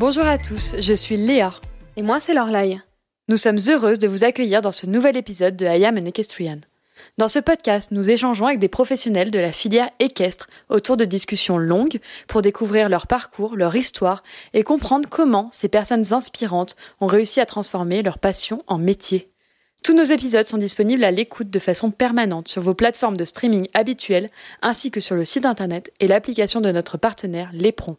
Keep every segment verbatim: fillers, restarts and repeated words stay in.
Bonjour à tous, je suis Léa. Et moi, c'est Lorlaï. Nous sommes heureuses de vous accueillir dans ce nouvel épisode de I Am an Equestrian. Dans ce podcast, nous échangeons avec des professionnels de la filière équestre autour de discussions longues pour découvrir leur parcours, leur histoire et comprendre comment ces personnes inspirantes ont réussi à transformer leur passion en métier. Tous nos épisodes sont disponibles à l'écoute de façon permanente sur vos plateformes de streaming habituelles ainsi que sur le site internet et l'application de notre partenaire Lépron.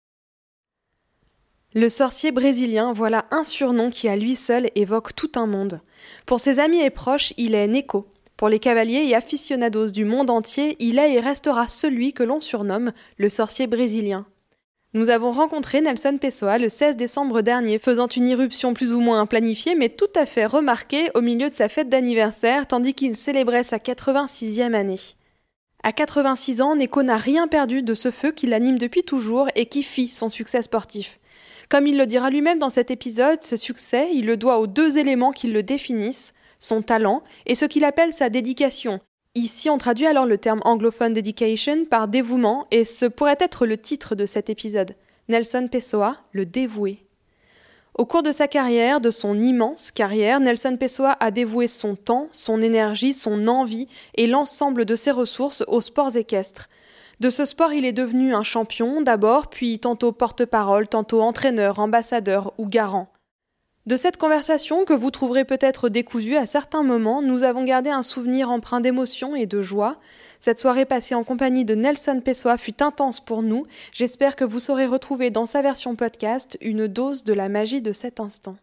Le sorcier brésilien, voilà un surnom qui à lui seul évoque tout un monde. Pour ses amis et proches, il est Neko. Pour les cavaliers et aficionados du monde entier, il est et restera celui que l'on surnomme le sorcier brésilien. Nous avons rencontré Nelson Pessoa le seize décembre dernier, faisant une irruption plus ou moins planifiée mais tout à fait remarquée au milieu de sa fête d'anniversaire tandis qu'il célébrait sa quatre-vingt-sixième année. À quatre-vingt-six ans, Neko n'a rien perdu de ce feu qui l'anime depuis toujours et qui fit son succès sportif. Comme il le dira lui-même dans cet épisode, ce succès, il le doit aux deux éléments qui le définissent, son talent et ce qu'il appelle sa dédication. Ici, on traduit alors le terme anglophone dedication par dévouement et ce pourrait être le titre de cet épisode. Nelson Pessoa, le dévoué. Au cours de sa carrière, de son immense carrière, Nelson Pessoa a dévoué son temps, son énergie, son envie et l'ensemble de ses ressources aux sports équestres. De ce sport, il est devenu un champion d'abord, puis tantôt porte-parole, tantôt entraîneur, ambassadeur ou garant. De cette conversation, que vous trouverez peut-être décousue à certains moments, nous avons gardé un souvenir empreint d'émotion et de joie. Cette soirée passée en compagnie de Nelson Pessoa fut intense pour nous. J'espère que vous saurez retrouver dans sa version podcast une dose de la magie de cet instant.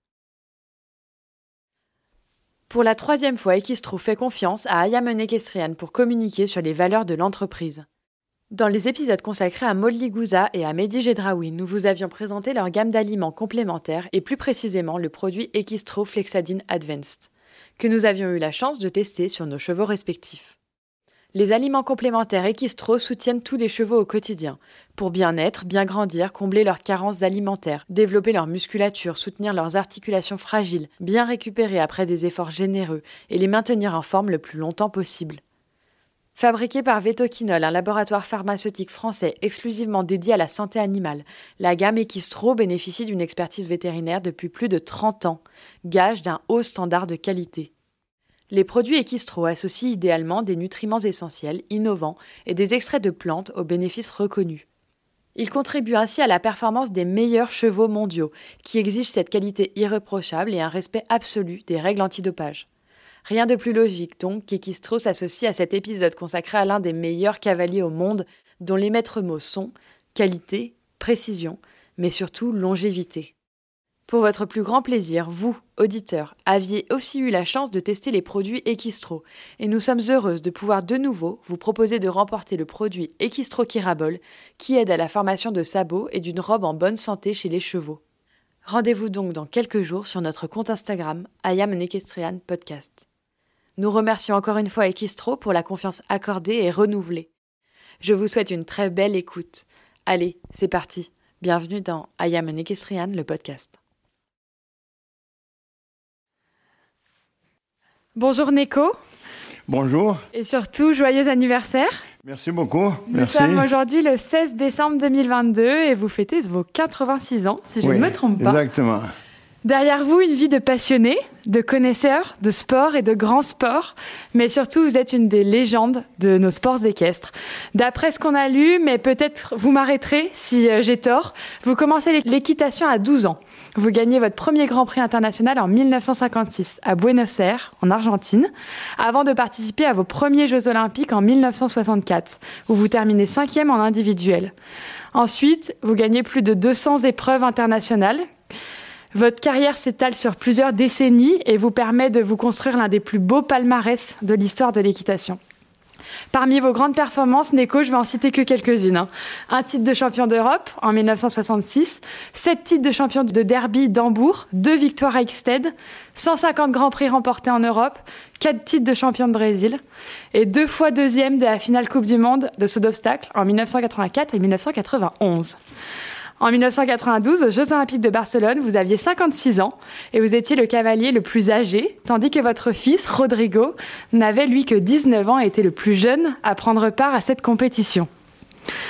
Pour la troisième fois, Equistro fait confiance à I Am an Equestrian pour communiquer sur les valeurs de l'entreprise. Dans les épisodes consacrés à Molly Gouza et à Mehdi Gedraoui, nous vous avions présenté leur gamme d'aliments complémentaires et plus précisément le produit Equistro Flexadine Advanced, que nous avions eu la chance de tester sur nos chevaux respectifs. Les aliments complémentaires Equistro soutiennent tous les chevaux au quotidien, pour bien être, bien grandir, combler leurs carences alimentaires, développer leur musculature, soutenir leurs articulations fragiles, bien récupérer après des efforts généreux et les maintenir en forme le plus longtemps possible. Fabriquée par Vetoquinol, un laboratoire pharmaceutique français exclusivement dédié à la santé animale, la gamme Equistro bénéficie d'une expertise vétérinaire depuis plus de trente ans, gage d'un haut standard de qualité. Les produits Equistro associent idéalement des nutriments essentiels, innovants et des extraits de plantes aux bénéfices reconnus. Ils contribuent ainsi à la performance des meilleurs chevaux mondiaux, qui exigent cette qualité irréprochable et un respect absolu des règles antidopage. Rien de plus logique donc qu'Equistro s'associe à cet épisode consacré à l'un des meilleurs cavaliers au monde, dont les maîtres mots sont qualité, précision, mais surtout longévité. Pour votre plus grand plaisir, vous, auditeurs, aviez aussi eu la chance de tester les produits Equistro, et nous sommes heureuses de pouvoir de nouveau vous proposer de remporter le produit Equistro Kirabol, qui aide à la formation de sabots et d'une robe en bonne santé chez les chevaux. Rendez-vous donc dans quelques jours sur notre compte Instagram I Am an Equestrian Podcast. Nous remercions encore une fois Equistro pour la confiance accordée et renouvelée. Je vous souhaite une très belle écoute. Allez, c'est parti. Bienvenue dans I Am an Equestrian, le podcast. Bonjour Neko. Bonjour. Et surtout, joyeux anniversaire. Merci beaucoup. Nous Merci. sommes aujourd'hui le seize décembre deux mille vingt-deux et vous fêtez vos quatre-vingt-six ans, si je oui, ne me trompe pas. Exactement. Derrière vous, une vie de passionné, de connaisseur, de sport et de grand sport, mais surtout, vous êtes une des légendes de nos sports équestres. D'après ce qu'on a lu, mais peut-être vous m'arrêterez si j'ai tort, vous commencez l'équitation à douze ans. Vous gagnez votre premier Grand Prix international en mille neuf cent cinquante-six à Buenos Aires, en Argentine, avant de participer à vos premiers Jeux Olympiques en mille neuf cent soixante-quatre, où vous terminez cinquième en individuel. Ensuite, vous gagnez plus de deux cents épreuves internationales. Votre carrière s'étale sur plusieurs décennies et vous permet de vous construire l'un des plus beaux palmarès de l'histoire de l'équitation. Parmi vos grandes performances, Neko, je vais en citer que quelques-unes. Hein. Un titre de champion d'Europe en mille neuf cent soixante-six, sept titres de champion de derby d'Hambourg, deux victoires à Eichstätt, cent cinquante grands prix remportés en Europe, quatre titres de champion de Brésil et deux fois deuxième de la finale Coupe du Monde de saut d'obstacle en mille neuf cent quatre-vingt-quatre et mille neuf cent quatre-vingt-onze. En mille neuf cent quatre-vingt-douze, aux Jeux Olympiques de Barcelone, vous aviez cinquante-six ans et vous étiez le cavalier le plus âgé, tandis que votre fils, Rodrigo, n'avait lui que dix-neuf ans et était le plus jeune à prendre part à cette compétition.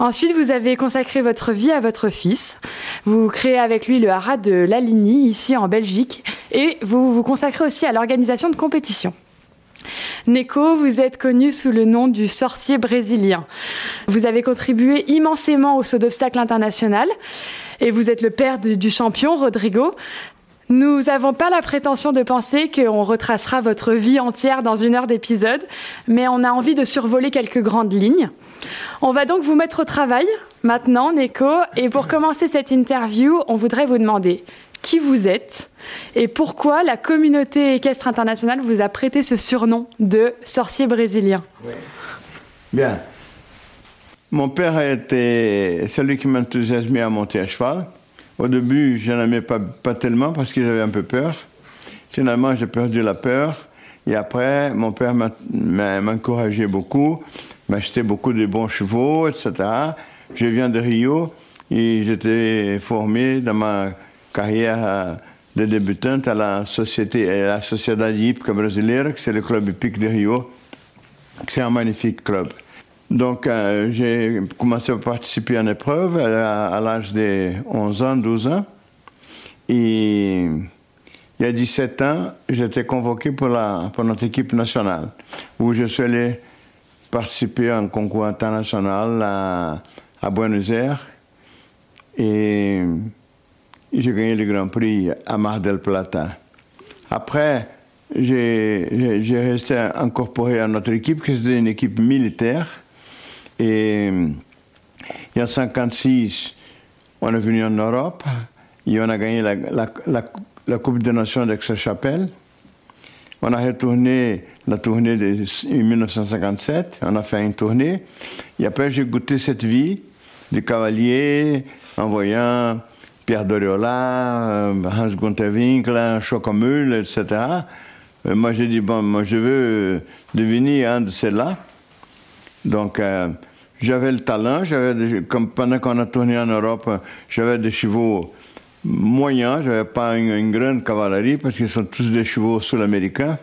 Ensuite, vous avez consacré votre vie à votre fils. Vous créez avec lui le haras de Laligny, ici en Belgique, et vous vous consacrez aussi à l'organisation de compétitions. Neko, vous êtes connu sous le nom du sorcier brésilien. Vous avez contribué immensément au saut d'obstacle international et vous êtes le père de, du champion, Rodrigo. Nous n'avons pas la prétention de penser qu'on retracera votre vie entière dans une heure d'épisode, mais on a envie de survoler quelques grandes lignes. On va donc vous mettre au travail maintenant, Neko, et pour commencer cette interview, on voudrait vous demander qui vous êtes et pourquoi la communauté équestre internationale vous a prêté ce surnom de sorcier brésilien. Oui. Bien. Mon père a été celui qui m'enthousiasmait à monter à cheval. Au début, je n'en aimais pas, pas tellement parce que j'avais un peu peur. Finalement, j'ai perdu la peur. Et après, mon père m'a, m'a, m'a encouragé beaucoup, m'a acheté beaucoup de bons chevaux, et cetera. Je viens de Rio et j'étais formé dans ma carrière de débutante à la société, à la Sociedade Hípica Brasileira, qui c'est le club hippique de Rio. C'est un magnifique club. Donc, euh, j'ai commencé à participer en épreuve à, à l'âge de onze ans, douze ans. Et il y a dix-sept ans, j'étais convoqué pour, la, pour notre équipe nationale, où je suis allé participer à un concours international à, à Buenos Aires. Et j'ai gagné le Grand Prix à Mar del Plata. Après, j'ai, j'ai, j'ai resté incorporé à notre équipe, qui était une équipe militaire. Et il y a cinquante-six, on est venu en Europe et on a gagné la, la, la, la Coupe des Nations d'Aix-la-Chapelle. On a retourné la tournée de dix-neuf cent cinquante-sept, on a fait une tournée. Et après, j'ai goûté cette vie de cavalier en voyant Pierre Doriola, Hans-Gunther Winkler, Schockamühl, et cetera. Et moi, j'ai dit, bon, moi, je veux devenir un de ceux-là. Donc, euh, j'avais le talent, j'avais des, comme pendant qu'on a tourné en Europe, j'avais des chevaux moyens, j'avais pas une, une grande cavalerie parce qu'ils sont tous des chevaux sud-américains.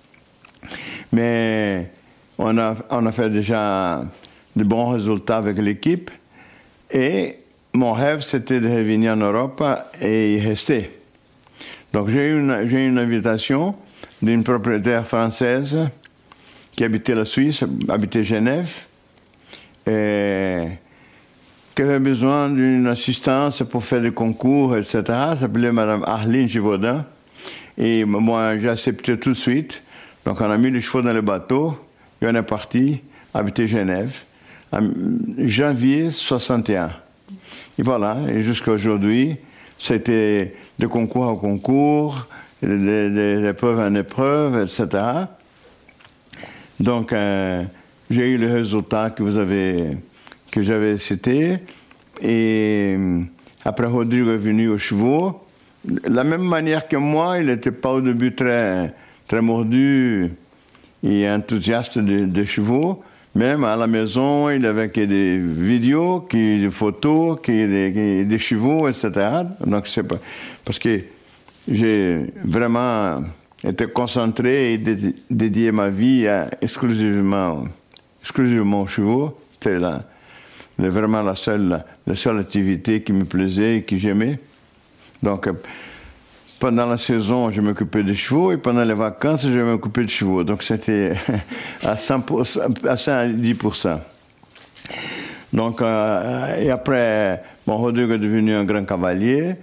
Mais on a, on a fait déjà de bons résultats avec l'équipe. Et mon rêve, c'était de revenir en Europe et y rester. Donc, j'ai eu une, j'ai eu une invitation d'une propriétaire française qui habitait la Suisse, habitait Genève, et qui avait besoin d'une assistance pour faire des concours, et cetera. Elle s'appelait Madame Arline Givaudan. Et moi, j'ai accepté tout de suite. Donc, on a mis les chevaux dans le bateau, et on est parti habiter Genève, en janvier soixante et un. Et voilà, et jusqu'à aujourd'hui, c'était de concours en concours, d'épreuve en épreuve, et cetera. Donc, euh, j'ai eu le résultat que vous avez, que j'avais cité. Et après, Rodrigo est venu aux chevaux. De la même manière que moi, il n'était pas au début très, très mordu et enthousiaste des de chevaux. Même à la maison, il avait que des vidéos, que des photos, que des, que des chevaux, et cetera. Donc, c'est pas, parce que j'ai vraiment été concentré et dédié ma vie à exclusivement, exclusivement aux chevaux. C'était la, vraiment la seule, la seule activité qui me plaisait et que j'aimais. Donc, pendant la saison, je m'occupais des chevaux et pendant les vacances, je m'occupais de chevaux. Donc, c'était à, cent pour cent, à cent dix pour cent. Donc, euh, et après, bon, Rodrigo est devenu un grand cavalier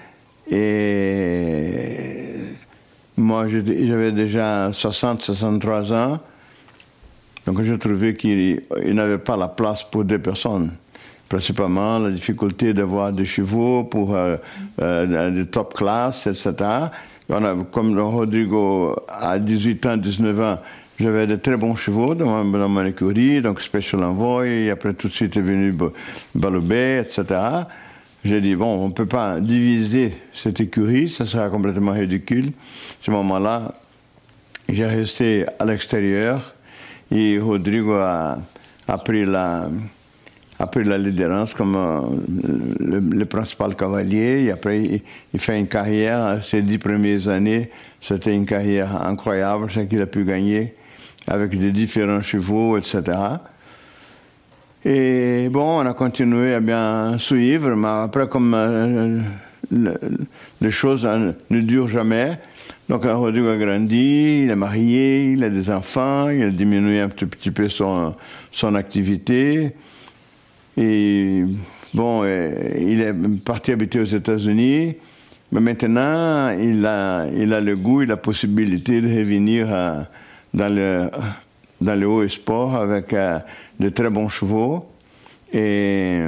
et moi, j'avais déjà soixante, soixante-trois ans. Donc, je trouvais qu'il n'avait pas la place pour deux personnes. Principalement, la difficulté d'avoir des chevaux pour euh, euh, de top class, et cetera. On a, comme Rodrigo, à dix-huit ans, dix-neuf ans, j'avais de très bons chevaux dans ma, dans mon écurie, donc Special Envoy, et après tout de suite est venu Balubé, et cetera. J'ai dit, bon, on ne peut pas diviser cette écurie, ça sera complètement ridicule. À ce moment-là, j'ai resté à l'extérieur et Rodrigo a, a, pris, la, a pris la leaderance comme euh, le, le principal cavalier. Et après, il, il fait une carrière, ces dix premières années, c'était une carrière incroyable, ce qu'il a pu gagner avec des différents chevaux, et cetera. Et bon, on a continué à bien suivre, mais après, comme euh, le, les choses hein, ne durent jamais, donc Rodrigo a grandi, il est marié, il a des enfants, il a diminué un petit, petit peu son, son activité. Et bon, il est parti habiter aux États-Unis, mais maintenant, il a, il a le goût et la possibilité de revenir à, dans, le, dans le haut sport avec euh, de très bons chevaux. Et,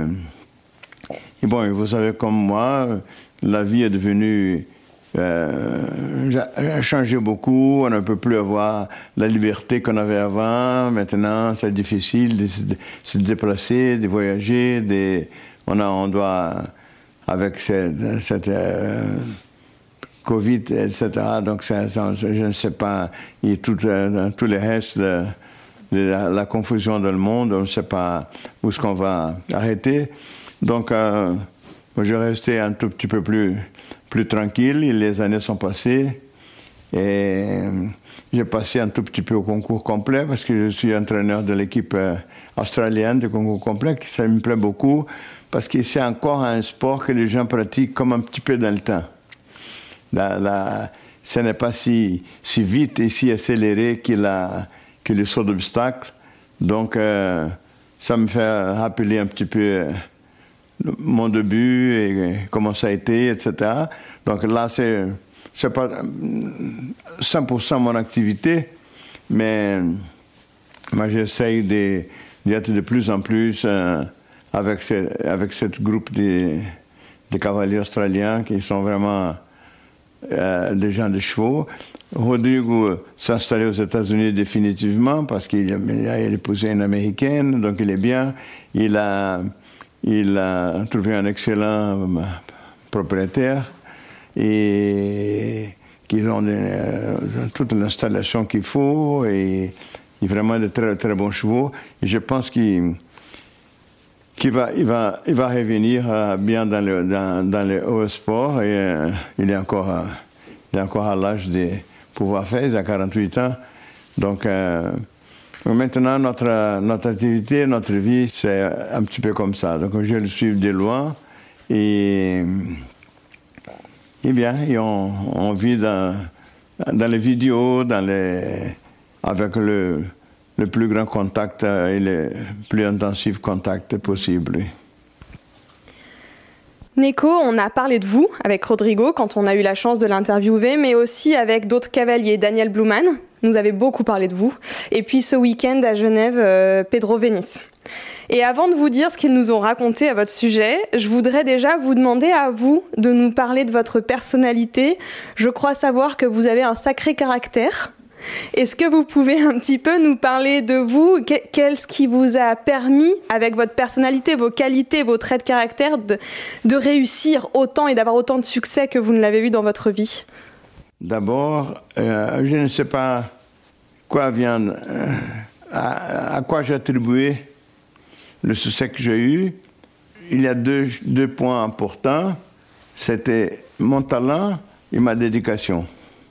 et bon, vous savez comme moi, la vie est devenue... Euh, a changé beaucoup, on ne peut plus avoir la liberté qu'on avait avant. Maintenant, c'est difficile de se, de se déplacer, de voyager. De, on, a, on doit, avec cette, cette euh, Covid, et cetera. Donc, ça, ça, je ne sais pas, et tout, euh, tout le reste de, de la, la confusion dans le monde, on ne sait pas où est-ce qu'on va arrêter. Donc, euh, moi, je restais un tout petit peu plus. plus tranquille, les années sont passées et j'ai passé un tout petit peu au concours complet parce que je suis entraîneur de l'équipe australienne de concours complet, ça me plaît beaucoup parce que c'est encore un sport que les gens pratiquent comme un petit peu dans le temps. La, la, ce n'est pas si, si vite et si accéléré que, la, que le saut d'obstacle, donc euh, ça me fait rappeler un petit peu mon début et comment ça a été, et cetera. Donc là, c'est c'est pas cent pour cent mon activité, mais moi j'essaye de, d'être de plus en plus euh, avec ce avec ce groupe de, de cavaliers australiens qui sont vraiment euh, des gens de chevaux. Rodrigo s'est installé aux États-Unis définitivement parce qu'il a, il a épousé une Américaine, donc il est bien. Il a Il a trouvé un excellent propriétaire et qui ont euh, toute l'installation qu'il faut et, et vraiment de très très bons chevaux. Et je pense qu'il, qu'il va, il va, il va revenir euh, bien dans le dans, dans le haut sport et euh, il est encore euh, il est encore à l'âge de pouvoir faire. Il a quarante-huit ans, donc. Euh, Maintenant, notre, notre activité, notre vie, c'est un petit peu comme ça. Donc, je le suis de loin et, et bien, et on, on vit dans, dans les vidéos, dans les, avec le, le plus grand contact et le plus intensif contact possible. Neko, on a parlé de vous avec Rodrigo quand on a eu la chance de l'interviewer, mais aussi avec d'autres cavaliers. Daniel Bluman nous avait beaucoup parlé de vous. Et puis ce week-end à Genève, euh, Pedro Vénis. Et avant de vous dire ce qu'ils nous ont raconté à votre sujet, je voudrais déjà vous demander à vous de nous parler de votre personnalité. Je crois savoir que vous avez un sacré caractère. Est-ce que vous pouvez un petit peu nous parler de vous ? Qu'est-ce qui vous a permis, avec votre personnalité, vos qualités, vos traits de caractère, de, de réussir autant et d'avoir autant de succès que vous ne l'avez eu dans votre vie ? D'abord, euh, je ne sais pas quoi vient, euh, à, à quoi j'attribuais le succès que j'ai eu. Il y a deux, deux points importants. C'était mon talent et ma dédication.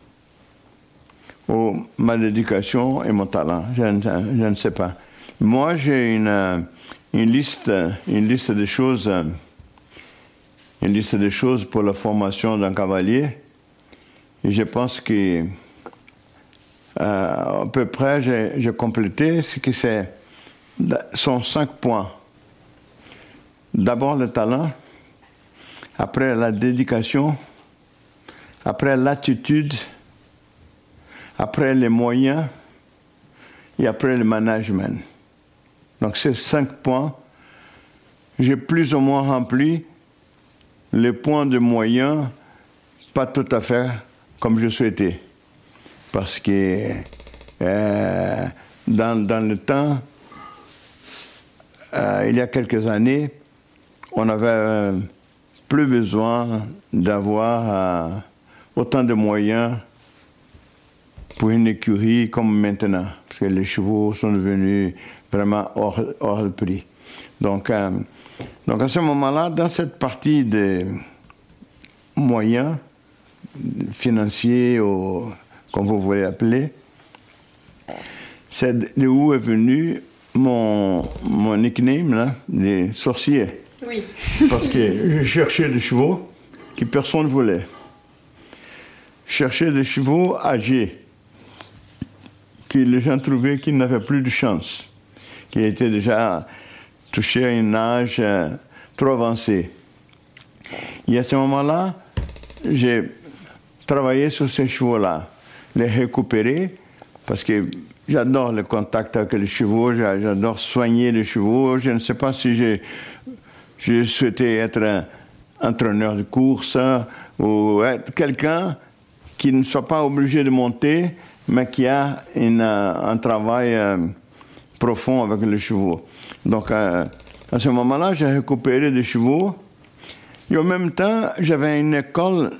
Oh, ma dédication et mon talent, je ne, je ne sais pas. Moi, j'ai une, une, liste, une liste de choses, une liste de choses pour la formation d'un cavalier. Et je pense que euh, à peu près, j'ai, j'ai complété ce que c'est. Sont cinq points. D'abord le talent, après la dédication, après l'attitude, après les moyens et après le management. Donc ces cinq points, j'ai plus ou moins rempli les points de moyens, pas tout à fait comme je souhaitais. Parce que euh, dans, dans le temps, euh, il y a quelques années, on avait euh, plus besoin d'avoir euh, autant de moyens pour une écurie comme maintenant, parce que les chevaux sont devenus vraiment hors, hors de prix. Donc, euh, donc à ce moment-là, dans cette partie des moyens financiers, ou, comme vous voulez appeler, c'est de où est venue mon, mon nickname, là, des sorciers. Oui. Parce que je cherchais des chevaux que personne ne voulait. Je cherchais des chevaux âgés, que les gens trouvaient qu'ils n'avaient plus de chance, qu'ils étaient déjà touchés à un âge euh, trop avancé. Et à ce moment-là, j'ai travaillé sur ces chevaux-là, les récupérer, parce que j'adore le contact avec les chevaux, j'adore soigner les chevaux. Je ne sais pas si j'ai, j'ai souhaité être un entraîneur de course ou être quelqu'un qui ne soit pas obligé de monter, mais qui a une, un travail euh, profond avec les chevaux. Donc, euh, à ce moment-là, j'ai récupéré des chevaux. Et en même temps, j'avais une école,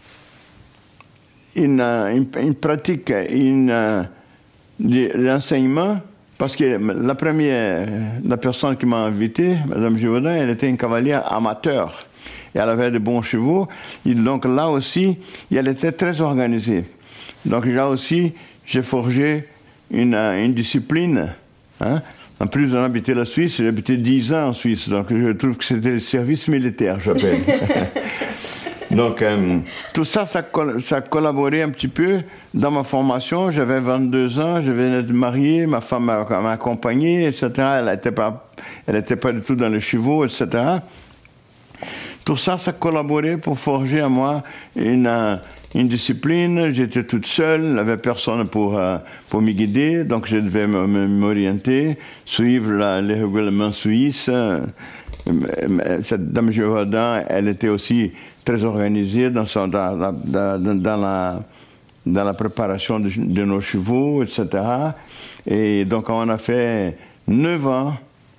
une, une, une pratique, une, l'enseignement, parce que la première, la personne qui m'a invité, Mme Givaudan, elle était une cavalière amateur. Et elle avait de bons chevaux. Et donc là aussi, elle était très organisée. Donc là aussi, j'ai forgé une, une discipline. Hein. En plus, on habitait la Suisse, j'ai habité dix ans en Suisse, donc je trouve que c'était le service militaire, j'appelle. Donc, euh, tout ça, ça, col- ça a collaboré un petit peu dans ma formation. J'avais vingt-deux ans, je venais de marier, ma femme m'a, m'a accompagné, et cetera. Elle n'était pas, elle était pas du tout dans les chevaux, et cetera. Tout ça, ça a collaboré pour forger à moi une, une discipline. J'étais toute seule, il n'y avait personne pour, euh, pour me guider, donc je devais m'orienter, suivre la, les règlements suisses. Cette dame Givaudan, elle était aussi très organisée dans, son, dans, dans, dans, dans, la, dans la préparation de, de nos chevaux, et cetera. Et donc on a fait neuf ans,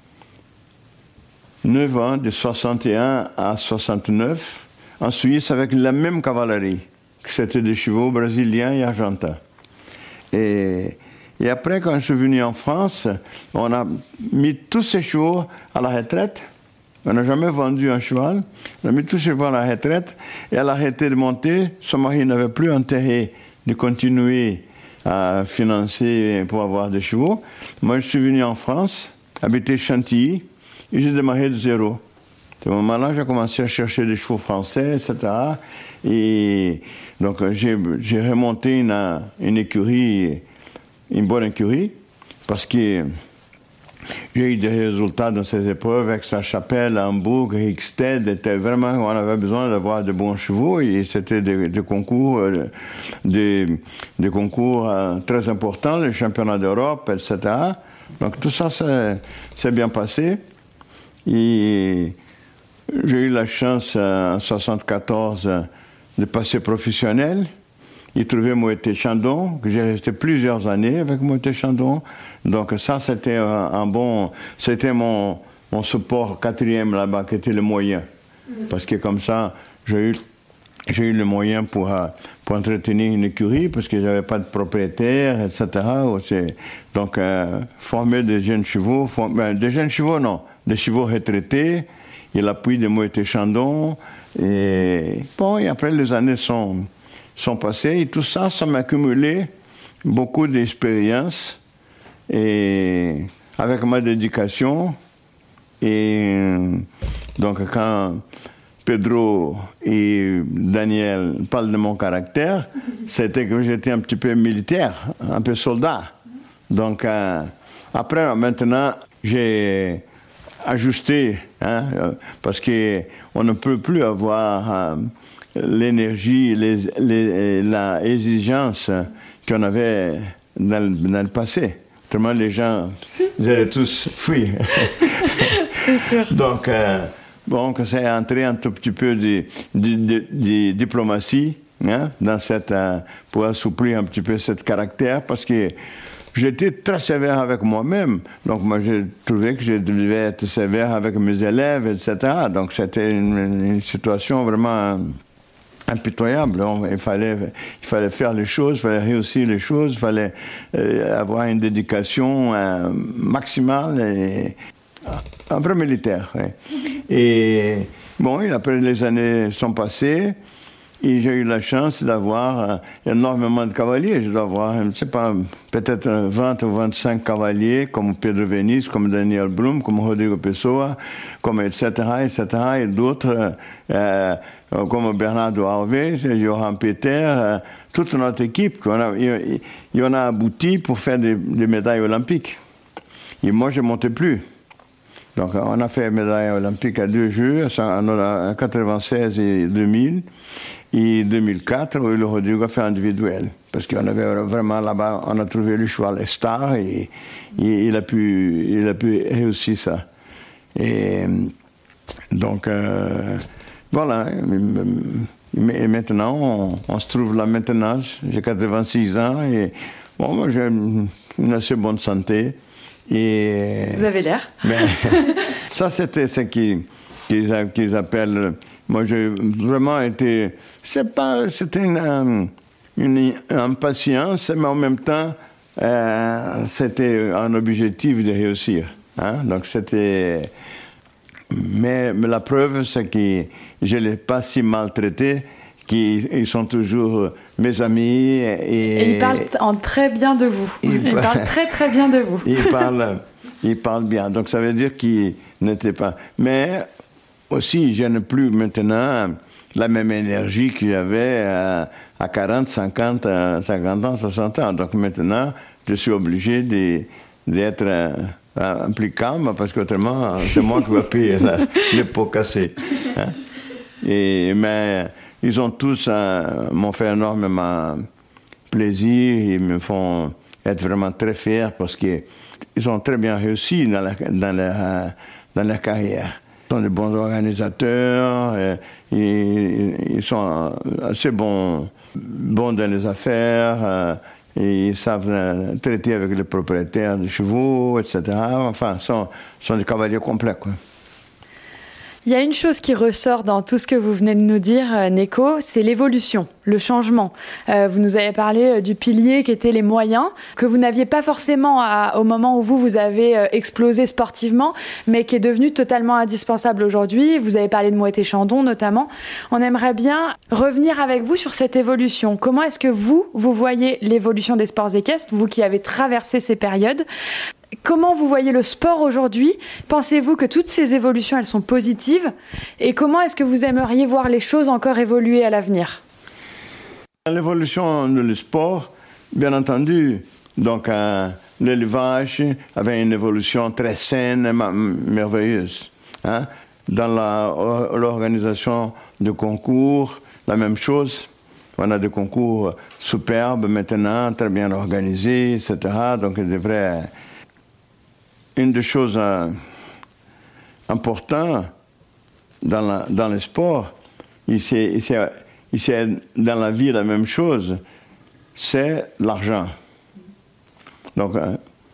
neuf ans, de soixante et un à soixante-neuf, en Suisse avec la même cavalerie, que c'était des chevaux brésiliens et argentins. Et, et après, quand je suis venu en France, on a mis tous ces chevaux à la retraite. On n'a jamais vendu un cheval. On a mis tous ces chevaux à la retraite et elle a arrêté de monter. Son mari n'avait plus intérêt de continuer à financer pour avoir des chevaux. Moi, je suis venu en France, habiter Chantilly, et j'ai démarré de zéro. À ce moment-là, j'ai commencé à chercher des chevaux français, et cetera. Et donc, j'ai, j'ai remonté une, une écurie, une bonne écurie, parce que j'ai eu des résultats dans ces épreuves. Aix-la-Chapelle, Hambourg, Hickstead, était vraiment, on avait besoin d'avoir de bons chevaux et c'était des, des concours, des, des concours très importants, les championnats d'Europe, et cetera. Donc tout ça, c'est, c'est bien passé. Et j'ai eu la chance en soixante-quatorze de passer professionnel. J'ai trouvé Moët Chandon, que j'ai resté plusieurs années avec Moët Chandon. Donc ça, c'était un, un bon... C'était mon, mon support quatrième là-bas, qui était le moyen. Parce que comme ça, j'ai eu, j'ai eu le moyen pour, pour entretenir une écurie, parce que j'avais pas de propriétaire, et cetera. Donc, euh, former des jeunes chevaux, form... ben, des jeunes chevaux, non, des chevaux retraités, et l'appui de Moët Chandon. Et bon, et après, les années sont... sont passés, et tout ça, ça m'a accumulé beaucoup d'expérience, et avec ma dédication. Et donc, quand Pedro et Daniel parlent de mon caractère, c'était que j'étais un petit peu militaire, un peu soldat. Donc, euh, après, maintenant, j'ai ajusté, hein, parce qu'on ne peut plus avoir... Euh, l'énergie, les, les, la exigence qu'on avait dans le, dans le passé. Autrement, les gens, ils allaient tous fuir. C'est sûr. Donc, euh, bon, que c'est entré un tout petit peu de, de, de, de diplomatie, hein, dans cette, euh, pour assouplir un petit peu ce caractère, parce que j'étais très sévère avec moi-même. Donc, moi, j'ai trouvé que je devais être sévère avec mes élèves, et cetera. Donc, c'était une, une situation vraiment... impitoyable. Il fallait, il fallait faire les choses, il fallait réussir les choses, il fallait euh, avoir une dédication euh, maximale, et, un vrai militaire. Ouais. Et bon, et après les années sont passées, Et j'ai eu la chance d'avoir euh, énormément de cavaliers. Je dois avoir, je ne sais pas, peut-être vingt ou vingt-cinq cavaliers, comme Pedro Venice, comme Daniel Blum, comme Rodrigo Pessoa, comme et cetera, et cetera, et d'autres, euh, comme Bernardo Alves, Johan Peter, euh, toute notre équipe. On a, il, il en a abouti pour faire des, des médailles olympiques. Et moi, je ne montais plus. Donc, on a fait médaille olympique à deux Jeux, en quatre-vingt-seize et deux mille. Et deux mille quatre, le Rodrigo a fait individuel. Parce qu'on avait vraiment là-bas, on a trouvé le cheval star et, et il, a pu, il a pu réussir ça. Et donc, euh, voilà. Et maintenant, on, on se trouve là maintenant. J'ai quatre-vingt-six ans et bon, moi j'ai une assez bonne santé. Et, vous avez l'air. Ben, ça, c'était ce qu'ils, qu'ils, qu'ils appellent. Moi, j'ai vraiment été. C'est pas, c'était une, une impatience, mais en même temps, euh, c'était un objectif de réussir. Hein? Donc, c'était. Mais, mais la preuve, c'est que je ne l'ai pas si maltraité, qu'ils sont toujours mes amis. Et, et ils parlent en très bien de vous. Ils, ils parlent très, très bien de vous. Ils parlent, ils parlent bien. Donc, ça veut dire qu'ils n'étaient pas. Mais aussi, je n'ai plus maintenant la même énergie que j'avais à, à quarante, cinquante, cinquante ans, soixante ans. Donc, maintenant, je suis obligé de, d'être un, plus calme parce qu'autrement, c'est moi qui vais payer la, les pots cassés. Hein? Et, mais ils ont tous, euh, m'ont fait énormément plaisir, ils me font être vraiment très fiers parce qu'ils ont très bien réussi dans la, dans leur, dans leur carrière. Ils sont des bons organisateurs, et, et, ils sont assez bons, bons dans les affaires, euh, et ils savent traiter avec les propriétaires de chevaux, et cetera. Enfin, ils sont, sont des cavaliers complets, quoi. Il y a une chose qui ressort dans tout ce que vous venez de nous dire, Neko, c'est l'évolution, le changement. Euh, vous nous avez parlé du pilier qui était les moyens, que vous n'aviez pas forcément à, au moment où vous, vous avez explosé sportivement, mais qui est devenu totalement indispensable aujourd'hui. Vous avez parlé de Moët et Chandon notamment. On aimerait bien revenir avec vous sur cette évolution. Comment est-ce que vous, vous voyez l'évolution des sports équestres, vous qui avez traversé ces périodes ? Comment vous voyez le sport aujourd'hui ? Pensez-vous que toutes ces évolutions, elles sont positives ? Et comment est-ce que vous aimeriez voir les choses encore évoluer à l'avenir ? L'évolution du sport, bien entendu, donc euh, l'élevage avait une évolution très saine, merveilleuse. Hein? Dans la, l'organisation de concours, la même chose. On a des concours superbes maintenant, très bien organisés, et cetera. Donc il devrait... Une des choses euh, importantes dans, la, dans le sport, et c'est, et c'est, et c'est dans la vie la même chose, c'est l'argent. Donc, euh,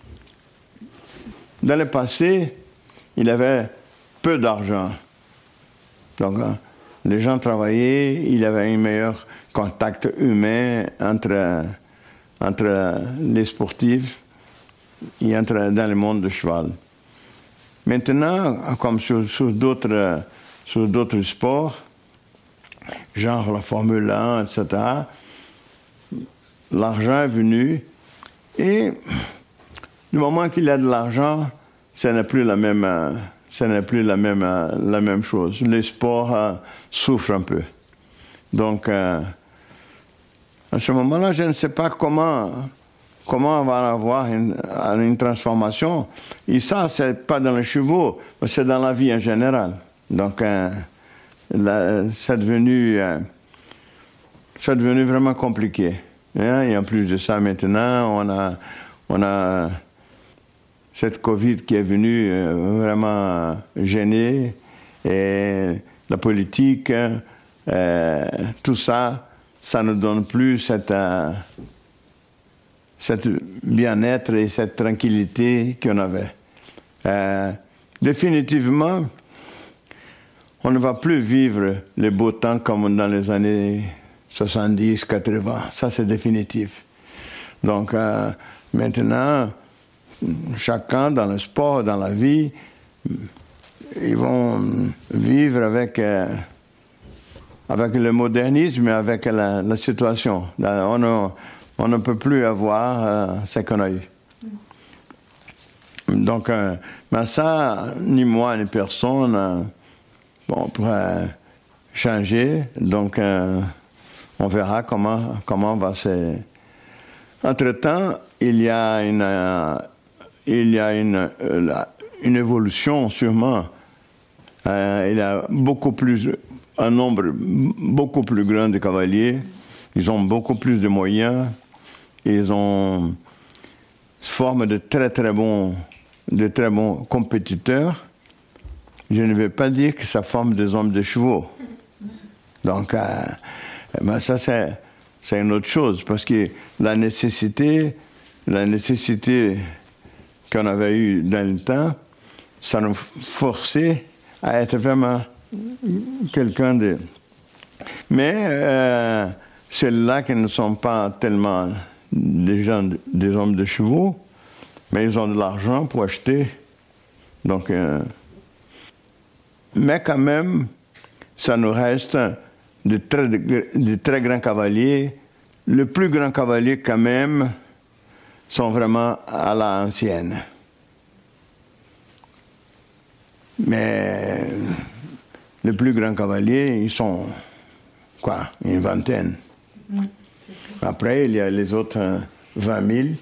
dans le passé, il y avait peu d'argent. Donc, euh, les gens travaillaient, il y avait un meilleur contact humain entre, entre les sportifs et entre dans le monde du cheval. Maintenant, comme sur, sur, d'autres, sur d'autres sports, genre la Formule un, et cetera, l'argent est venu et du moment qu'il y a de l'argent, ce n'est plus la même, ce n'est plus la même, la même chose. Les sports euh, souffrent un peu. Donc, euh, à ce moment-là, je ne sais pas comment... Comment on va avoir une, une transformation. Et ça, ce n'est pas dans les chevaux, mais c'est dans la vie en général. Donc, euh, là, c'est, devenu, euh, c'est devenu vraiment compliqué. Hein? Et en plus de ça, maintenant, on a, on a cette Covid qui est venue euh, vraiment gêner. Et la politique, euh, tout ça, ça ne donne plus cette... Euh, cette bien-être et cette tranquillité qu'on avait. Euh, définitivement, on ne va plus vivre les beaux temps comme dans les années soixante-dix, quatre-vingts. Ça, c'est définitif. Donc, euh, maintenant, chacun dans le sport, dans la vie, ils vont vivre avec... Euh, avec le modernisme et avec la, la situation. Là, on, ne, on ne peut plus avoir euh, ce qu'on a eu. Donc, euh, mais ça, ni moi, ni personne, euh, bon, on pourrait changer. Donc, euh, on verra comment, comment va se... Entre-temps, il y a une, euh, il y a une, euh, la, une évolution, sûrement. Euh, il y a beaucoup plus, un nombre beaucoup plus grand de cavaliers. Ils ont beaucoup plus de moyens. Ils ont forment de très très bons, de très bons compétiteurs. Je ne vais pas dire que ça forme des hommes de chevaux. Donc, euh, ben ça c'est, c'est une autre chose, parce que la nécessité, la nécessité qu'on avait eue dans le temps, ça nous forçait à être vraiment quelqu'un de... Mais euh, ceux-là qui ne sont pas tellement des gens, des hommes de chevaux, mais ils ont de l'argent pour acheter. Donc, euh, mais quand même, ça nous reste de très, de, de très grands cavaliers. Le plus grand cavalier, quand même, sont vraiment à la ancienne. Mais les plus grands cavaliers, ils sont, quoi, une vingtaine. Oui, après, il y a les autres euh, vingt mille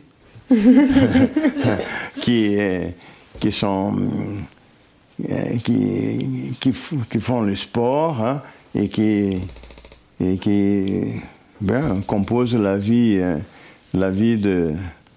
qui, euh, qui sont... Euh, qui, qui, qui font le sport, hein, et qui, et qui ben, composent la vie, euh, la vie de,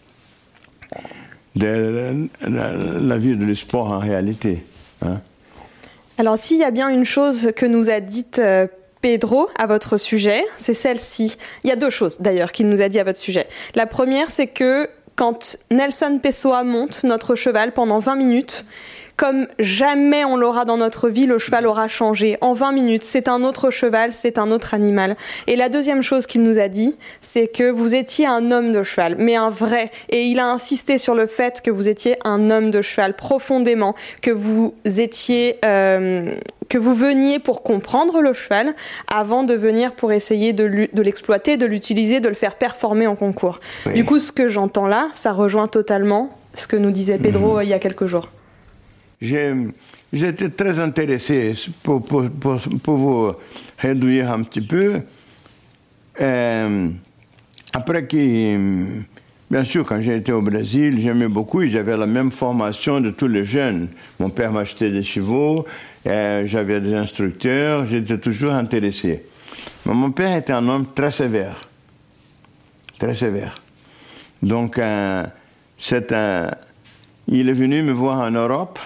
de la, la vie de sport en réalité. Hein. Alors, s'il y a bien une chose que nous a dite euh, Pedro à votre sujet, c'est celle-ci. Il y a deux choses d'ailleurs qu'il nous a dit à votre sujet. La première, c'est que quand Nelson Pessoa monte notre cheval pendant vingt minutes, comme jamais on l'aura dans notre vie, le cheval aura changé. En vingt minutes, c'est un autre cheval, c'est un autre animal. Et la deuxième chose qu'il nous a dit, c'est que vous étiez un homme de cheval, mais un vrai. Et il a insisté sur le fait que vous étiez un homme de cheval profondément, que vous étiez, euh, que vous veniez pour comprendre le cheval avant de venir pour essayer de, de l'exploiter, de l'utiliser, de le faire performer en concours. Oui. Du coup, ce que j'entends là, ça rejoint totalement ce que nous disait Pedro mmh. il y a quelques jours. J'ai, j'étais très intéressé, pour, pour, pour, pour vous réduire un petit peu. Euh, après que, bien sûr, quand j'ai été au Brésil, j'aimais beaucoup et j'avais la même formation de tous les jeunes. Mon père m'achetait des chevaux, euh, j'avais des instructeurs, j'étais toujours intéressé. Mais mon père était un homme très sévère, très sévère. Donc, euh, c'est un, il est venu me voir en Europe.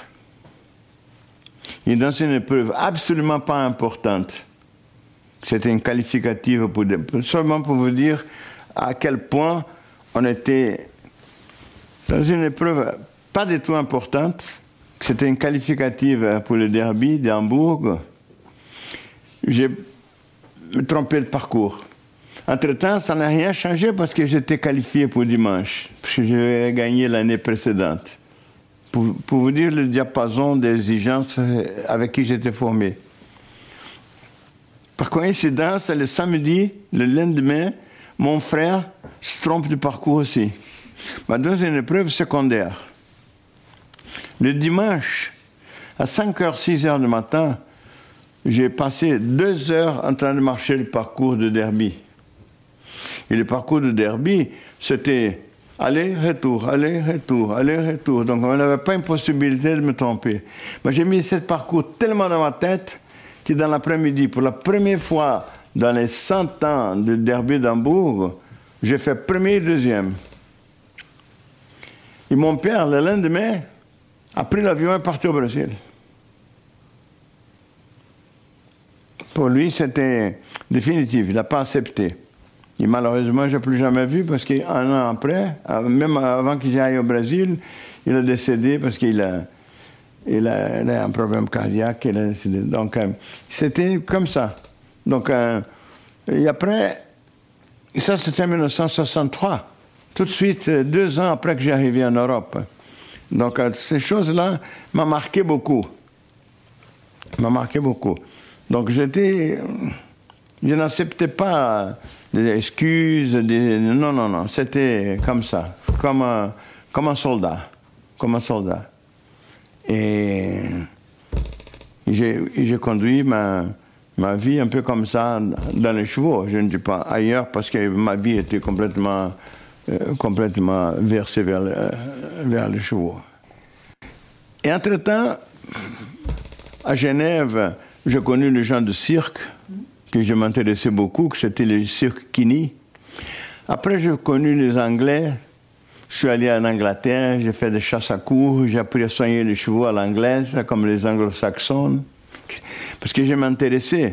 Et dans une épreuve absolument pas importante, c'était une qualificative, pour, seulement pour vous dire à quel point on était dans une épreuve pas du tout importante, c'était une qualificative pour le derby d'Hambourg. J'ai me trompé de parcours. Entre-temps, ça n'a rien changé parce que j'étais qualifié pour dimanche, parce que j'avais gagné l'année précédente. Pour, pour vous dire le diapason d'exigences avec qui j'étais formé. Par coïncidence, le samedi, le lendemain, mon frère se trompe de parcours aussi. Mais dans une épreuve secondaire. Le dimanche, à cinq heures, six heures du matin, j'ai passé deux heures en train de marcher le parcours de derby. Et le parcours de derby, c'était... Aller, retour, aller, retour, aller, retour. Donc, on n'avait pas une possibilité de me tromper. Mais j'ai mis ce parcours tellement dans ma tête que dans l'après-midi, pour la première fois dans les cent ans de derby d'Hambourg, j'ai fait premier et deuxième. Et mon père, le lendemain, a pris l'avion et est parti au Brésil. Pour lui, c'était définitif. Il n'a pas accepté. Et malheureusement, je n'ai plus jamais vu parce qu'un an après, même avant qu'il aille au Brésil, il a décédé parce qu'il a, il a, il a un problème cardiaque. Il a décédé. Donc, euh, c'était comme ça. Donc, euh, et après, ça c'était en dix-neuf cent soixante-trois, tout de suite, deux ans après que j'ai arrivé en Europe. Donc, euh, ces choses-là m'ont marqué beaucoup. M'ont marqué beaucoup. Donc, j'étais Je n'acceptais pas des excuses, des... non, non, non, c'était comme ça, comme un, comme un soldat, comme un soldat. Et j'ai, j'ai conduit ma, ma vie un peu comme ça dans les chevaux. Je ne dis pas ailleurs parce que ma vie était complètement, euh, complètement versée vers, le, vers les chevaux. Et entre-temps, à Genève, j'ai connu les gens de cirque, que je m'intéressais beaucoup, que c'était le cirque Kinney. Après, j'ai connu les Anglais. Je suis allé en Angleterre, j'ai fait des chasses à courre, j'ai appris à soigner les chevaux à l'anglaise, comme les anglo-saxons, parce que je m'intéressais.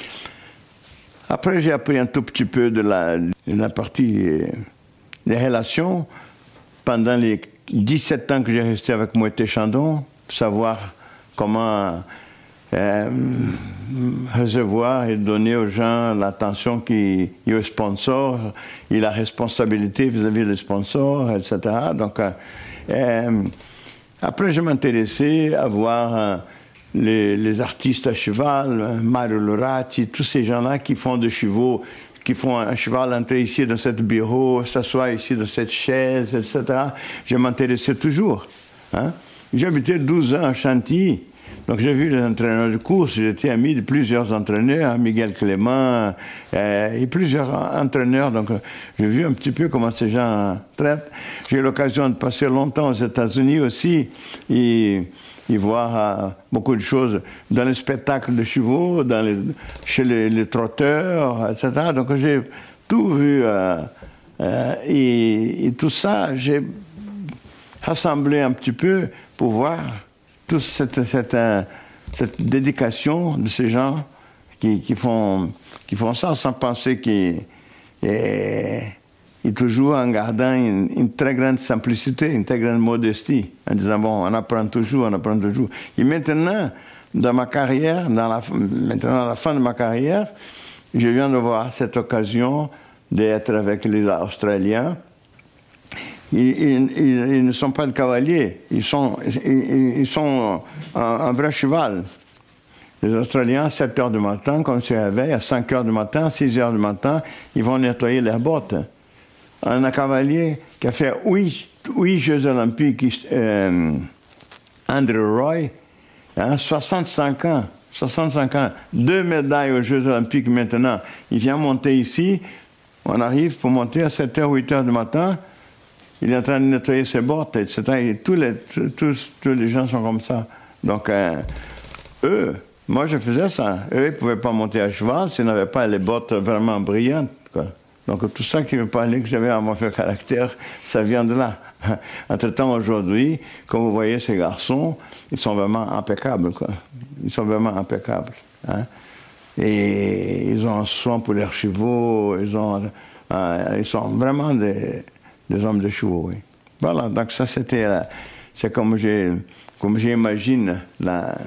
Après, j'ai appris un tout petit peu de la, de la partie des relations. Pendant les dix-sept ans que j'ai resté avec Moët Chandon, savoir comment euh, recevoir et donner aux gens l'attention qu'il y a aux sponsors et la responsabilité vis-à-vis des sponsors, et cetera. Donc, euh, euh, après, je m'intéressais à voir euh, les, les artistes à cheval, Mario Loratti, tous ces gens-là qui font des chevaux, qui font un cheval entrer ici dans ce bureau, s'asseoir ici dans cette chaise, et cetera. Je m'intéressais toujours. Hein? J'habitais douze ans à Chantilly. Donc j'ai vu les entraîneurs de course, j'étais ami de plusieurs entraîneurs, Miguel Clément euh, et plusieurs entraîneurs. Donc j'ai vu un petit peu comment ces gens traitent. J'ai eu l'occasion de passer longtemps aux États-Unis aussi et, et voir euh, beaucoup de choses dans les spectacles de chevaux, dans les, chez les, les trotteurs, et cetera. Donc j'ai tout vu euh, euh, et, et tout ça, j'ai rassemblé un petit peu pour voir toute cette, cette, cette dédication de ces gens qui, qui, font, qui font ça sans penser qu'ils... Et, et toujours en gardant une, une très grande simplicité, une très grande modestie, en disant, bon, on apprend toujours, on apprend toujours. Et maintenant, dans ma carrière, dans la, maintenant à la fin de ma carrière, je viens de voir cette occasion d'être avec les Australiens. Ils, ils, ils, ils ne sont pas de cavaliers, ils sont, ils, ils sont un, un vrai cheval. Les Australiens, à sept heures du matin, quand ils se réveillent, à cinq heures du matin, six heures du matin, ils vont nettoyer leurs bottes. Un cavalier qui a fait huit, huit Jeux olympiques, euh, Andrew Roy, hein, soixante-cinq ans, soixante-cinq ans, deux médailles aux Jeux olympiques maintenant. Il vient monter ici, on arrive pour monter à sept heures, huit heures du matin, il est en train de nettoyer ses bottes, et cetera. Et tous les, tous, tous les gens sont comme ça. Donc, euh, eux, moi je faisais ça. Eux, ils ne pouvaient pas monter à cheval s'ils n'avaient pas les bottes vraiment brillantes, quoi. Donc, tout ça qui me parlait que j'avais un mauvais caractère, ça vient de là. Entre-temps, aujourd'hui, comme vous voyez, ces garçons, ils sont vraiment impeccables, quoi. Ils sont vraiment impeccables. Hein? Et ils ont un soin pour leurs chevaux, ils, ont, euh, ils sont vraiment des... des hommes de chevaux, oui. Voilà, donc ça c'était, la, c'est comme j'ai, comme j'imagine la,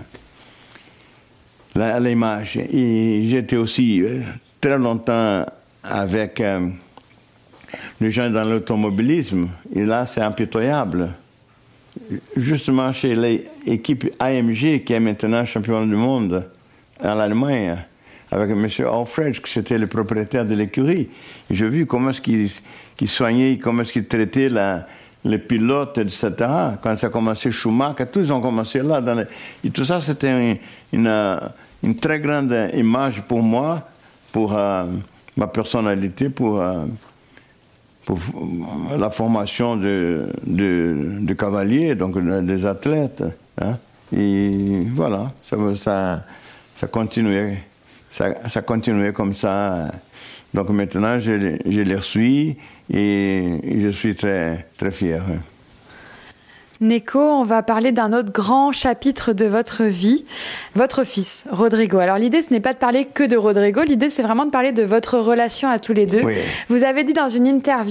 la, l'image. Et j'étais aussi euh, très longtemps avec euh, les gens dans l'automobilisme, et là c'est impitoyable. Justement chez l'équipe A M G, qui est maintenant champion du monde en Allemagne, avec M. Alfred, qui c'était le propriétaire de l'écurie. J'ai vu comment est-ce qu'il, qu'il soignait, comment est-ce qu'il traitait la, les pilotes, et cetera. Quand ça a commencé Schumacher, tous ont commencé là. Dans les... Et tout ça, c'était une, une, une très grande image pour moi, pour euh, ma personnalité, pour, euh, pour la formation de, de, de cavaliers, donc des athlètes. Hein. Et voilà, ça, ça, ça continuait. Ça, ça continuait comme ça. Donc maintenant, je, je les suis et je suis très, très fier. Neko, on va parler d'un autre grand chapitre de votre vie, votre fils, Rodrigo. Alors l'idée, ce n'est pas de parler que de Rodrigo, l'idée, c'est vraiment de parler de votre relation à tous les deux. Oui. Vous avez dit dans une interview,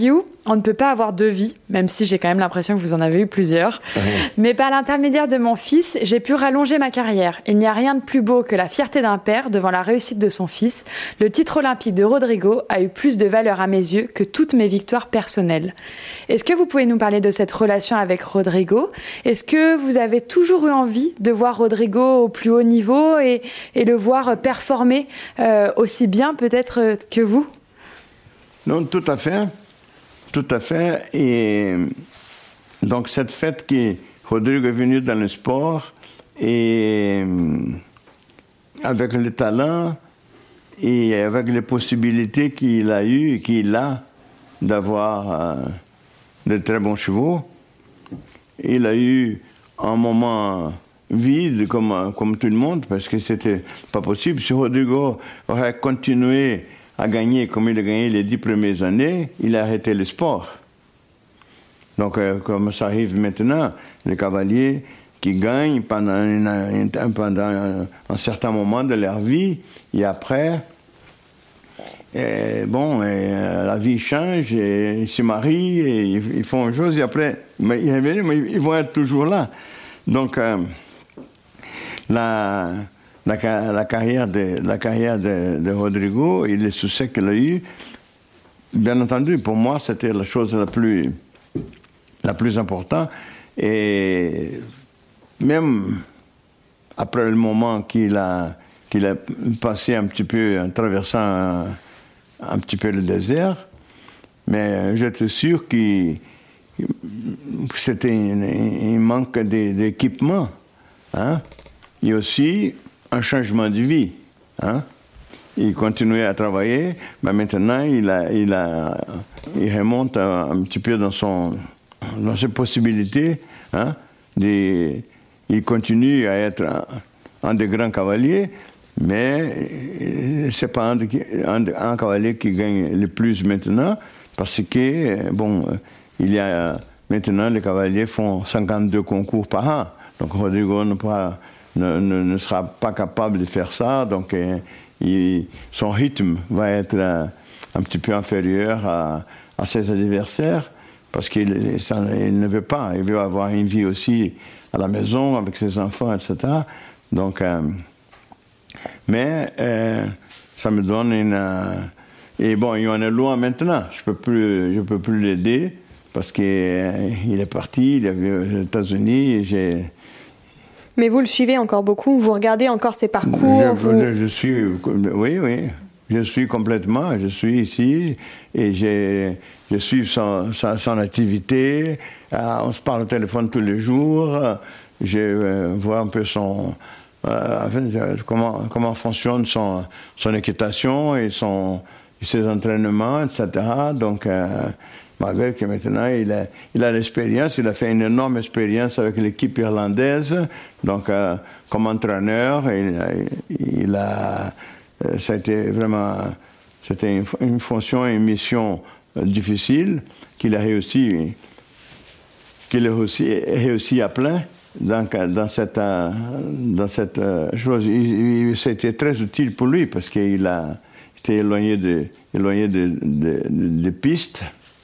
on ne peut pas avoir deux vies, même si j'ai quand même l'impression que vous en avez eu plusieurs. Mmh. Mais par l'intermédiaire de mon fils, j'ai pu rallonger ma carrière. Il n'y a rien de plus beau que la fierté d'un père devant la réussite de son fils. Le titre olympique de Rodrigo a eu plus de valeur à mes yeux que toutes mes victoires personnelles. Est-ce que vous pouvez nous parler de cette relation avec Rodrigo ? Est-ce que vous avez toujours eu envie de voir Rodrigo au plus haut niveau et, et le voir performer euh, aussi bien peut-être que vous ? Non, tout à fait. Tout à fait. Et donc, cette fête que Rodrigo est venu dans le sport, et avec le talent et avec les possibilités qu'il a eues et qu'il a d'avoir euh, de très bons chevaux, il a eu un moment vide comme, comme tout le monde, parce que c'était pas possible. Si Rodrigo aurait continué à gagner comme il a gagné les dix premières années, il a arrêté le sport. Donc, euh, comme ça arrive maintenant, les cavaliers qui gagnent pendant, une, pendant un, un certain moment de leur vie, et après, et bon, et, euh, la vie change, et ils se marient, et ils, ils font une chose, et après, mais, mais ils vont être toujours là. Donc, euh, la... La, la carrière, de, la carrière de, de Rodrigo et les succès qu'il a eu, bien entendu, pour moi, c'était la chose la plus, la plus importante. Et même après le moment qu'il a, qu'il a passé un petit peu en traversant un, un petit peu le désert, mais j'étais sûr que c'était un manque d'équipement. Hein? Et aussi un changement de vie. Hein? Il continuait à travailler, mais maintenant il, a, il, a, il remonte un, un petit peu dans, son, dans ses possibilités. Hein? De, il continue à être un, un des grands cavaliers, mais ce n'est pas un, un, un cavalier qui gagne le plus maintenant, parce que, bon, il y a, maintenant les cavaliers font cinquante-deux concours par an. Donc Rodrigo ne pourra Ne, ne, ne sera pas capable de faire ça, donc euh, il, son rythme va être euh, un petit peu inférieur à, à ses adversaires, parce qu'il il ne veut pas, il veut avoir une vie aussi à la maison, avec ses enfants, et cetera. Donc, euh, mais euh, ça me donne une... Euh, et bon, il en est loin maintenant, je peux plus, je peux plus l'aider, parce qu'il euh, est parti, il est aux États-Unis, et j'ai... Mais vous le suivez encore beaucoup, vous regardez encore ses parcours. Je, vous... je, je suis, oui, oui, je suis complètement, je suis ici et je, je suis son, son, son activité. Euh, on se parle au téléphone tous les jours. Je euh, vois un peu son, euh, comment, comment fonctionne son, son équitation et son, ses entraînements, et cetera. Donc, euh, malgré que maintenant, il a, il a l'expérience, il a fait une énorme expérience avec l'équipe irlandaise, donc euh, comme entraîneur, il, il a, ça a été vraiment, c'était une, une fonction, une mission difficile qu'il a réussi, qu'il a réussi, réussi à plein dans, dans cette, dans cette chose. Il, il, c'était très utile pour lui parce qu'il a été éloigné de, éloigné de, de, de, de pistes.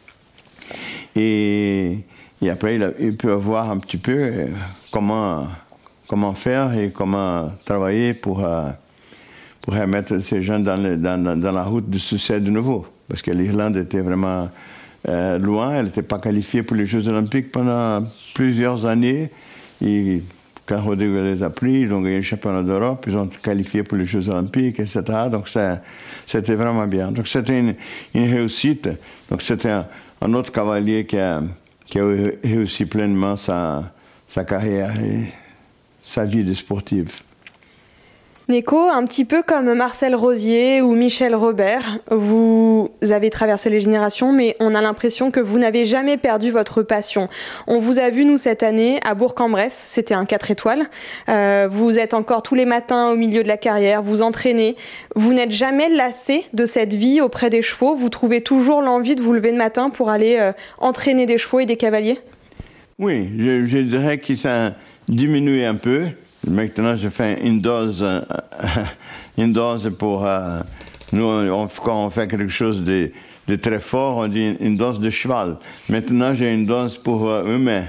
Et, et après, il, a, il peut voir un petit peu euh, comment, comment faire et comment travailler pour, euh, pour remettre ces gens dans, le, dans, dans la route du succès de nouveau. Parce que l'Irlande était vraiment euh, loin, elle n'était pas qualifiée pour les Jeux olympiques pendant plusieurs années. Et quand Rodrigo les a pris, ils ont gagné le championnat d'Europe, ils ont qualifié pour les Jeux olympiques, et cetera. Donc ça, c'était vraiment bien. Donc c'était une, une réussite. Donc c'était un, un autre cavalier qui a, qui a réussi pleinement sa, sa carrière et sa vie de sportive. Nico, un petit peu comme Marcel Rosier ou Michel Robert, vous avez traversé les générations, mais on a l'impression que vous n'avez jamais perdu votre passion. On vous a vu, nous, cette année, à Bourg-en-Bresse, c'était un quatre étoiles. Euh, vous êtes encore tous les matins au milieu de la carrière, vous entraînez. Vous n'êtes jamais lassé de cette vie auprès des chevaux. Vous trouvez toujours l'envie de vous lever le matin pour aller euh, entraîner des chevaux et des cavaliers? Oui, je, je dirais que ça a diminué un peu. Maintenant, je fais une dose, une dose pour... Euh, nous, on, quand on fait quelque chose de de très fort, on dit une, une danse de cheval. Maintenant, j'ai une danse pour euh, humain.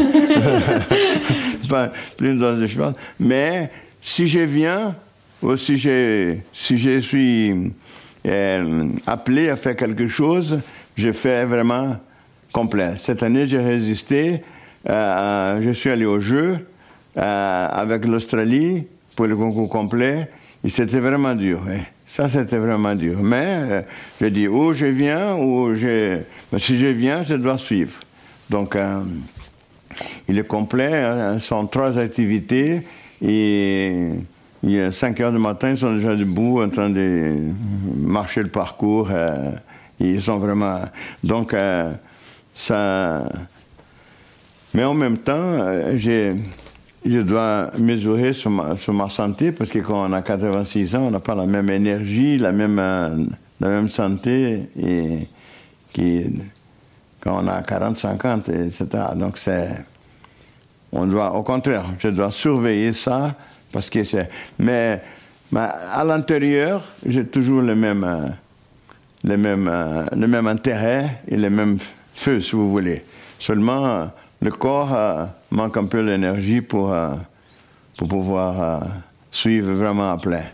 Pas plus une danse de cheval. Mais si je viens, ou si je, si je suis euh, appelé à faire quelque chose, je fais vraiment complet. Cette année, j'ai résisté. Euh, je suis allé au jeu euh, avec l'Australie pour le concours complet. Et c'était vraiment dur. Oui. Ça, c'était vraiment dur. Mais euh, je dis, ou je viens, ou je... Mais si je viens, je dois suivre. Donc, euh, il est complet. Hein, ce sont trois activités. Et il est cinq heures du matin, ils sont déjà debout en train de marcher le parcours. Euh, ils sont vraiment... Donc, euh, ça... Mais en même temps, euh, j'ai... je dois mesurer sur ma, sur ma santé, parce que quand on a quatre-vingt-six ans, on n'a pas la même énergie, la même, euh, la même santé et, qui, quand on a quarante, cinquante, et cetera. Donc, c'est, on doit, au contraire, je dois surveiller ça, parce que c'est... Mais, mais à l'intérieur, j'ai toujours le même, euh, le, même, euh, le même intérêt et le même feu, si vous voulez. Seulement... Euh, le corps euh, manque un peu l'énergie pour, euh, pour pouvoir euh, suivre vraiment à plein.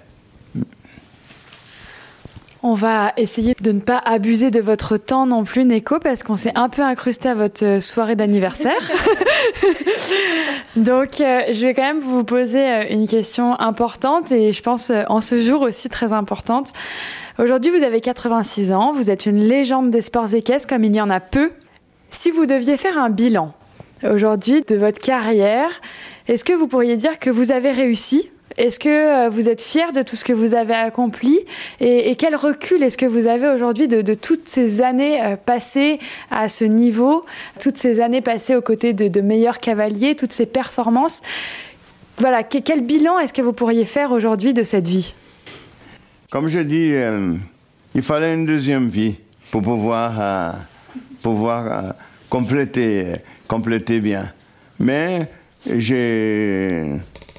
On va essayer de ne pas abuser de votre temps non plus, Neko, parce qu'on s'est un peu incrusté à votre soirée d'anniversaire. Donc, euh, je vais quand même vous poser une question importante et je pense en ce jour aussi très importante. Aujourd'hui, vous avez quatre-vingt-six ans, vous êtes une légende des sports équestres comme il y en a peu. Si vous deviez faire un bilan aujourd'hui de votre carrière, est-ce que vous pourriez dire que vous avez réussi ? Est-ce que vous êtes fier de tout ce que vous avez accompli ? Et, et quel recul est-ce que vous avez aujourd'hui de, de toutes ces années passées à ce niveau, toutes ces années passées aux côtés de, de meilleurs cavaliers, toutes ces performances ? Voilà, que, quel bilan est-ce que vous pourriez faire aujourd'hui de cette vie ? Comme je dis, euh, il fallait une deuxième vie pour pouvoir, euh, pouvoir euh, compléter... compléter bien. Mais j'ai...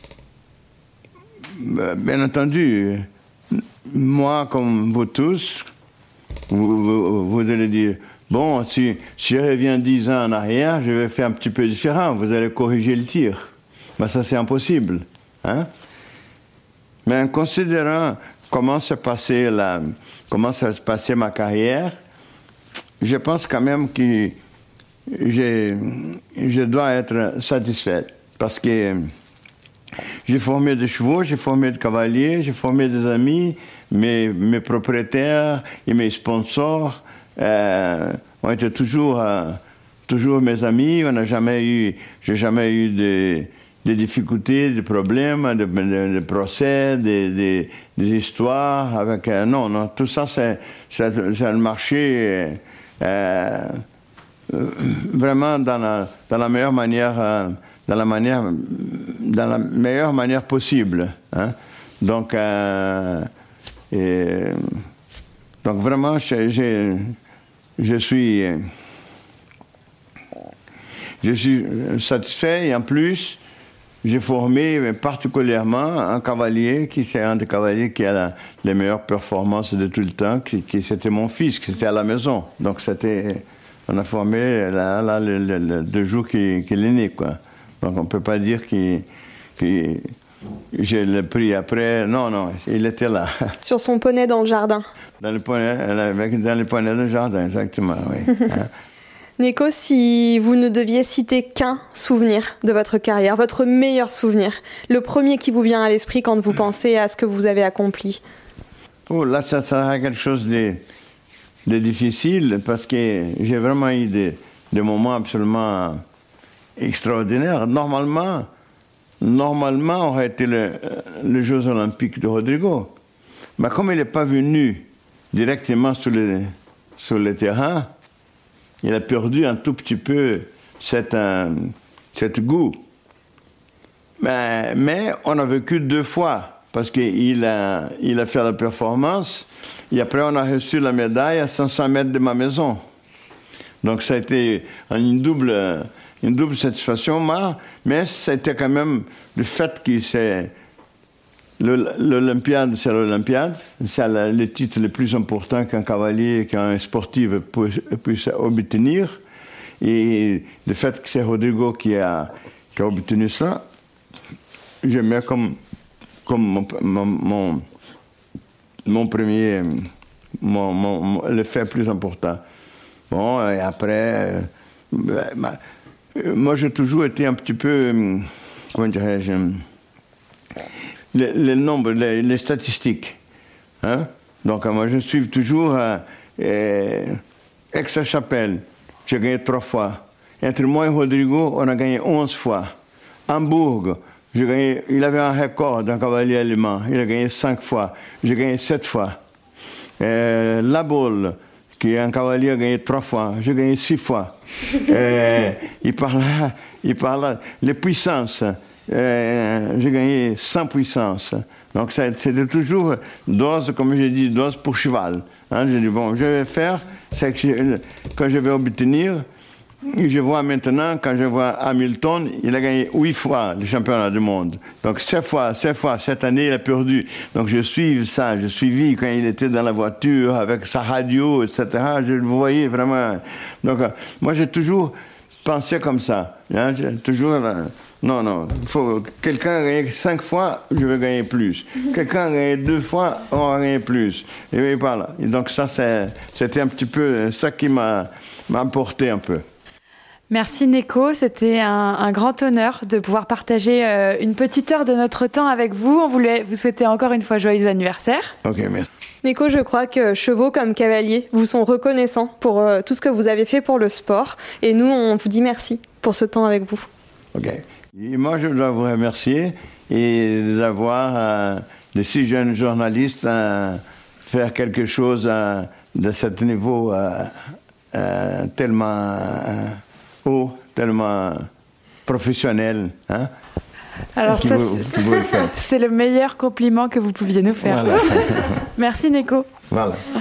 Bien entendu, moi, comme vous tous, vous, vous, vous allez dire, bon, si, si je reviens dix ans en arrière, je vais faire un petit peu différent, vous allez corriger le tir. Mais ça, c'est impossible. Hein? Mais en considérant comment s'est passée la, comment s'est passée ma carrière, je pense quand même que Je, je dois être satisfait parce que j'ai formé des chevaux, j'ai formé des cavaliers, j'ai formé des amis, mes, mes propriétaires et mes sponsors euh, ont été toujours, euh, toujours mes amis. On n'a jamais eu, j'ai jamais eu de, de difficultés, de problèmes, de, de, de procès, de, de, des histoires avec. Euh, non, non, tout ça c'est, c'est, c'est le marché. Euh, vraiment dans la, dans la meilleure manière, euh, dans la manière, dans la meilleure manière possible. Hein? Donc, euh, et, donc vraiment, je, je, je suis, je suis satisfait et en plus, j'ai formé particulièrement un cavalier qui c'est un des cavaliers qui a la, les meilleures performances de tout le temps, qui, qui c'était mon fils, qui était à la maison. Donc c'était on a formé là, là, le, le, le deux jours qu'il, qu'il est né, quoi. Donc on ne peut pas dire que je l'ai pris après. Non, non, il était là. Sur son poney dans le jardin. Dans le poney, dans le poney du jardin, exactement, oui. Hein? Neko, si vous ne deviez citer qu'un souvenir de votre carrière, votre meilleur souvenir, le premier qui vous vient à l'esprit quand vous pensez à ce que vous avez accompli. Oh, là, ça sera quelque chose de... de difficile parce que j'ai vraiment eu des, des moments absolument extraordinaires. Normalement, normalement aurait été le, les Jeux Olympiques de Rodrigo. Mais comme il n'est pas venu directement sur le, sur le terrain, il a perdu un tout petit peu cet, un, cet goût. Mais, mais on a vécu deux fois. Parce qu'il a, il a fait la performance, et après on a reçu la médaille à cinq cents mètres de ma maison. Donc ça a été une double, une double satisfaction, mais ça a été quand même le fait que c'est, L'Olympiade, c'est l'Olympiade. C'est le titre le plus important qu'un cavalier, qu'un sportif puisse obtenir. Et le fait que c'est Rodrigo qui a, qui a obtenu ça, je mets comme, comme mon, mon, mon, mon premier, mon, mon, le fait plus important. Bon, et après, euh, bah, moi j'ai toujours été un petit peu, comment dirais-je, le, le nombre, les, les statistiques. Hein? Donc moi je suis toujours à euh, Aix-la-Chapelle, j'ai gagné trois fois. Entre moi et Rodrigo, on a gagné onze fois. Hambourg, j'ai gagné, il avait un record d'un cavalier allemand, il a gagné cinq fois. J'ai gagné sept fois. Euh, La Baule, qui est un cavalier, a gagné trois fois. J'ai gagné six fois. euh, il parle, il parle, les puissances. Euh, j'ai gagné cent puissances. Donc c'était toujours dose, comme j'ai dit, dose pour cheval. Hein, j'ai dit, bon, je vais faire, c'est que je, quand je vais obtenir, je vois maintenant, quand je vois Hamilton, il a gagné huit fois le championnat du monde. Donc sept fois, sept fois, cette année, il a perdu. Donc je suis ça, je suivi quand il était dans la voiture avec sa radio, et cetera. Je le voyais vraiment. Donc moi, j'ai toujours pensé comme ça. Hein, j'ai toujours... Non, non, il faut quelqu'un a gagné cinq fois, je vais gagner plus. Quelqu'un a gagné deux fois, on va gagner plus. Et voilà. Et donc ça, c'est, c'était un petit peu ça qui m'a, m'a porté un peu. Merci Neko, c'était un, un grand honneur de pouvoir partager euh, une petite heure de notre temps avec vous. On voulait vous souhaiter encore une fois joyeux anniversaire. Ok, merci. Neko, je crois que chevaux comme cavaliers vous sont reconnaissants pour euh, tout ce que vous avez fait pour le sport. Et nous, on vous dit merci pour ce temps avec vous. Ok. Et moi, je dois vous remercier et d'avoir euh, de si jeunes journalistes à faire quelque chose euh, de ce niveau euh, euh, tellement euh, haut, tellement professionnel. Hein, alors ça, vous, vous c'est le meilleur compliment que vous pouviez nous faire. Voilà. Merci Neko. Voilà.